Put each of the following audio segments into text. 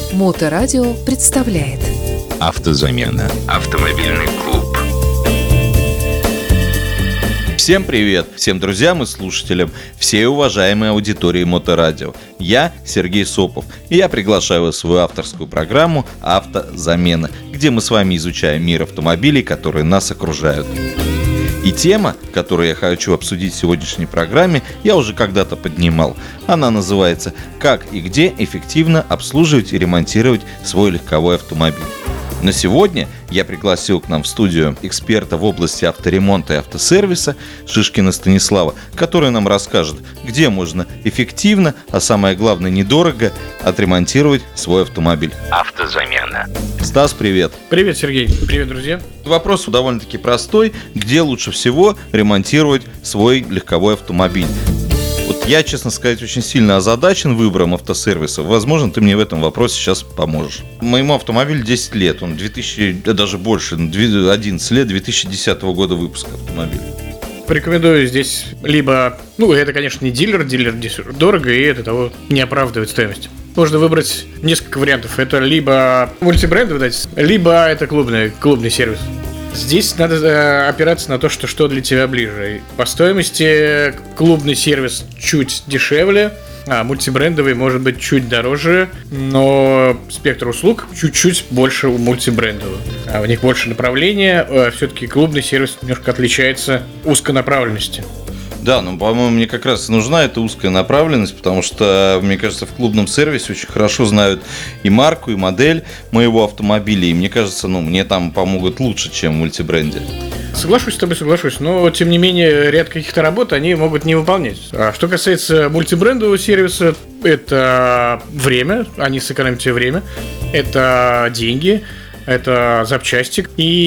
Моторадио представляет Автозамена. Автомобильный клуб. Всем привет! Всем друзьям и слушателям, всей уважаемой аудитории Моторадио. Я Сергей Сопов, и я приглашаю вас в свою авторскую программу «Автозамена», где мы с вами изучаем мир автомобилей, которые нас окружают. И тема, которую я хочу обсудить в сегодняшней программе, я уже когда-то поднимал. Она называется «Как и где эффективно обслуживать и ремонтировать свой легковой автомобиль». Но сегодня я пригласил к нам в студию эксперта в области авторемонта и автосервиса Шишкина Станислава, который нам расскажет, где можно эффективно, а самое главное недорого, отремонтировать свой автомобиль. Автозамена. Стас, привет. Привет, Сергей. Привет, друзья. Вопрос довольно-таки простой. Где лучше всего ремонтировать свой легковой автомобиль? Вот я, честно сказать, очень сильно озадачен выбором автосервиса. Возможно, ты мне в этом вопросе сейчас поможешь. Моему автомобилю 10 лет. Он 2000, даже больше, 11 лет, 2010 года выпуска автомобиля. Порекомендую здесь либо... это, конечно, не дилер здесь дорого, и это того не оправдывает стоимость. Можно выбрать несколько вариантов. Это либо мультибренд выдать, либо это клубный сервис. Здесь надо опираться на то, что для тебя ближе. По стоимости клубный сервис чуть дешевле, а мультибрендовый может быть чуть дороже, но спектр услуг чуть-чуть больше у мультибрендового. У них больше направления, все-таки клубный сервис немножко отличается узконаправленностью. Да, по-моему, мне как раз нужна эта узкая направленность, потому что, мне кажется, в клубном сервисе очень хорошо знают и марку, и модель моего автомобиля, и мне кажется, мне там помогут лучше, чем в мультибренде. Соглашусь с тобой, но, тем не менее, ряд каких-то работ они могут не выполнять. А что касается мультибрендового сервиса, это время, они сэкономят тебе время, это деньги, это запчасти,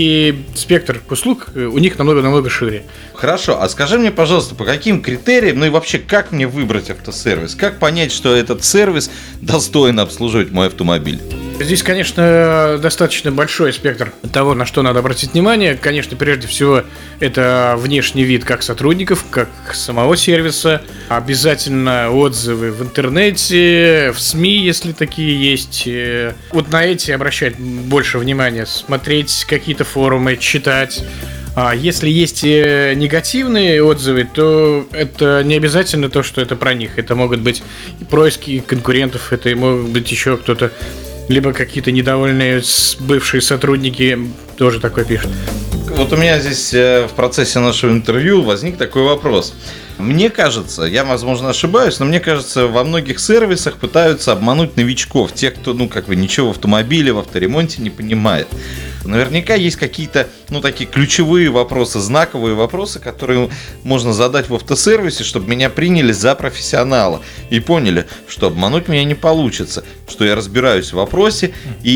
и спектр услуг у них намного шире. Хорошо, а скажи мне, пожалуйста, по каким критериям, и вообще, как мне выбрать автосервис? Как понять, что этот сервис достоин обслуживать мой автомобиль? Здесь, конечно, достаточно большой спектр того, на что надо обратить внимание. Конечно, прежде всего, это внешний вид как сотрудников, как самого сервиса. Обязательно отзывы в интернете, в СМИ, если такие есть. Вот на эти обращать больше внимания, смотреть какие-то форумы, читать. А если есть негативные отзывы, то это не обязательно то, что это про них. Это могут быть и происки конкурентов, это и могут быть еще кто-то, либо какие-то недовольные бывшие сотрудники тоже такое пишут. Вот у меня здесь в процессе нашего интервью возник такой вопрос. Мне кажется, я, возможно, ошибаюсь, но мне кажется, во многих сервисах пытаются обмануть новичков, тех, кто, ничего в автомобиле, в авторемонте не понимает. Наверняка есть какие-то, такие ключевые вопросы, знаковые вопросы, которые можно задать в автосервисе, чтобы меня приняли за профессионала и поняли, что обмануть меня не получится, что я разбираюсь в вопросе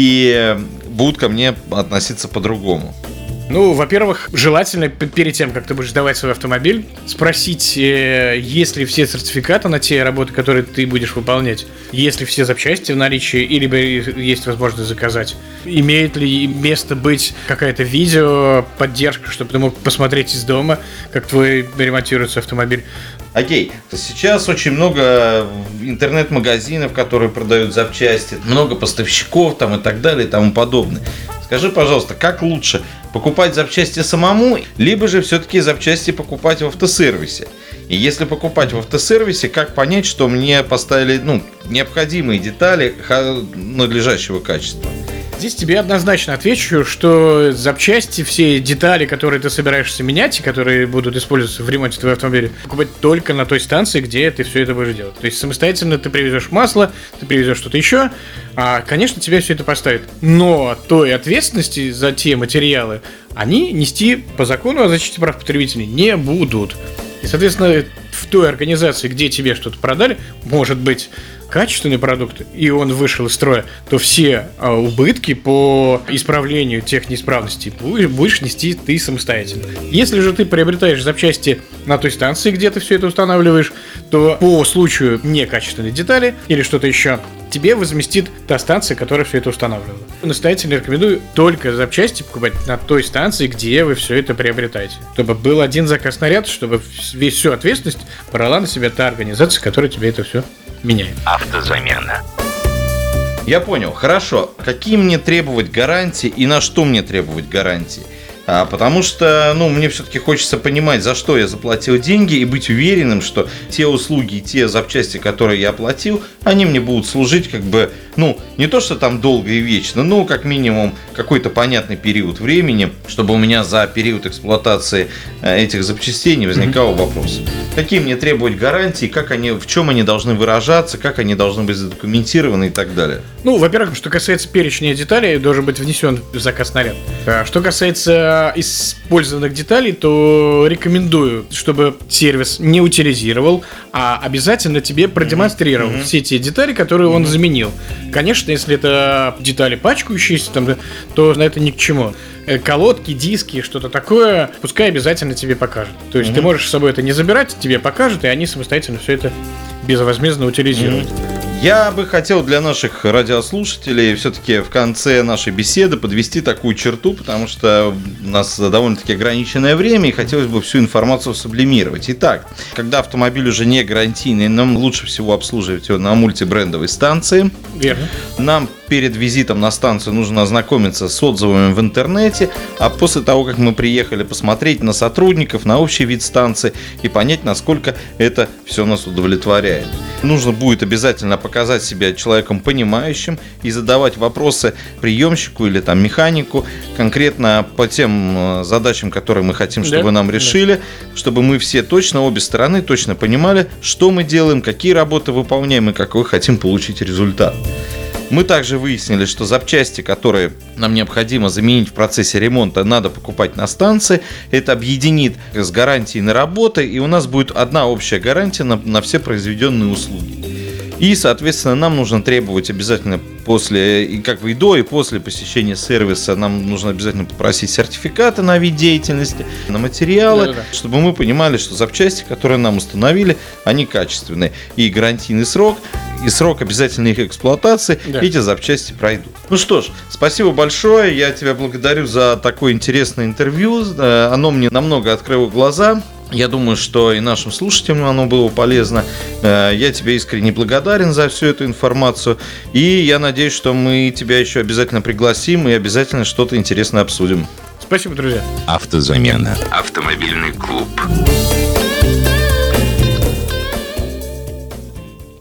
и будут ко мне относиться по-другому. Во-первых, желательно перед тем, как ты будешь сдавать свой автомобиль, спросить, есть ли все сертификаты на те работы, которые ты будешь выполнять, есть ли все запчасти в наличии, или есть возможность заказать. Имеет ли место быть какая-то видеоподдержка, чтобы ты мог посмотреть из дома, как твой ремонтируется автомобиль. Окей, сейчас очень много интернет-магазинов, которые продают запчасти, много поставщиков и так далее и тому подобное. Скажи, пожалуйста, как лучше, покупать запчасти самому, либо же все-таки запчасти покупать в автосервисе? И если покупать в автосервисе, как понять, что мне поставили необходимые детали надлежащего качества? Здесь тебе однозначно отвечу, что запчасти, все детали, которые ты собираешься менять и которые будут использоваться в ремонте твоего автомобиля, покупать только на той станции, где ты все это будешь делать. То есть самостоятельно ты привезешь масло, ты привезешь что-то еще, конечно, тебе все это поставят. Но той ответственности за те материалы они нести по закону о защите прав потребителей не будут. И, соответственно, в той организации, где тебе что-то продали, может быть качественный продукт, и он вышел из строя, то все убытки по исправлению тех неисправностей будешь нести ты самостоятельно. Если же ты приобретаешь запчасти на той станции, где ты все это устанавливаешь, то по случаю некачественной детали или что-то еще, тебе возместит та станция, которая все это устанавливала. Настоятельно рекомендую только запчасти покупать на той станции, где вы все это приобретаете. Чтобы был один заказ на ряд, чтобы всю ответственность брала на себя та организация, которая тебе это все меняет. Автозамена. Я понял. Хорошо. Какие мне требовать гарантии и на что мне требовать гарантии? Потому что, мне все-таки хочется понимать, за что я заплатил деньги, и быть уверенным, что те услуги и те запчасти, которые я оплатил, они мне будут служить не то, что там долго и вечно, но как минимум какой-то понятный период времени, чтобы у меня за период эксплуатации этих запчастей не возникало вопросов. Какие мне требовать гарантии, в чем они должны выражаться, как они должны быть задокументированы и так далее? Во-первых, что касается перечня деталей, должен быть внесен в заказ наряд. Что касается использованных деталей, то рекомендую, чтобы сервис не утилизировал, а обязательно тебе продемонстрировал все те детали, которые он заменил. Конечно, если это детали пачкающиеся, то на это ни к чему. Колодки, диски, что-то такое, пускай обязательно тебе покажут. То есть ты можешь с собой это не забирать, тебе покажут, и они самостоятельно все это безвозмездно утилизируют. Я бы хотел для наших радиослушателей все-таки в конце нашей беседы подвести такую черту, потому что у нас довольно-таки ограниченное время, и хотелось бы всю информацию сублимировать. Итак, когда автомобиль уже не гарантийный, нам лучше всего обслуживать его на мультибрендовой станции. Верно. Нам перед визитом на станцию нужно ознакомиться с отзывами в интернете, а после того, как мы приехали, посмотреть на сотрудников, на общий вид станции и понять, насколько это все нас удовлетворяет. Нужно будет обязательно показать себя человеком понимающим и задавать вопросы приемщику или механику конкретно по тем задачам, которые мы хотим, чтобы нам решили, чтобы мы все обе стороны точно понимали, что мы делаем, какие работы выполняем и какой хотим получить результат. Мы также выяснили, что запчасти, которые нам необходимо заменить в процессе ремонта, надо покупать на станции. Это объединит с гарантией на работы, и у нас будет одна общая гарантия на все произведенные услуги. И, соответственно, нам нужно требовать обязательно и до, и после посещения сервиса, нам нужно обязательно попросить сертификаты на вид деятельности, на материалы, чтобы мы понимали, что запчасти, которые нам установили, они качественные. И гарантийный срок, и срок обязательной их эксплуатации, эти запчасти пройдут. Что ж, спасибо большое, я тебя благодарю за такое интересное интервью, оно мне намного открыло глаза. Я думаю, что и нашим слушателям оно было полезно. Я тебе искренне благодарен за всю эту информацию. И я надеюсь, что мы тебя еще обязательно пригласим и обязательно что-то интересное обсудим. Спасибо, друзья. Автозамена. Автомобильный клуб.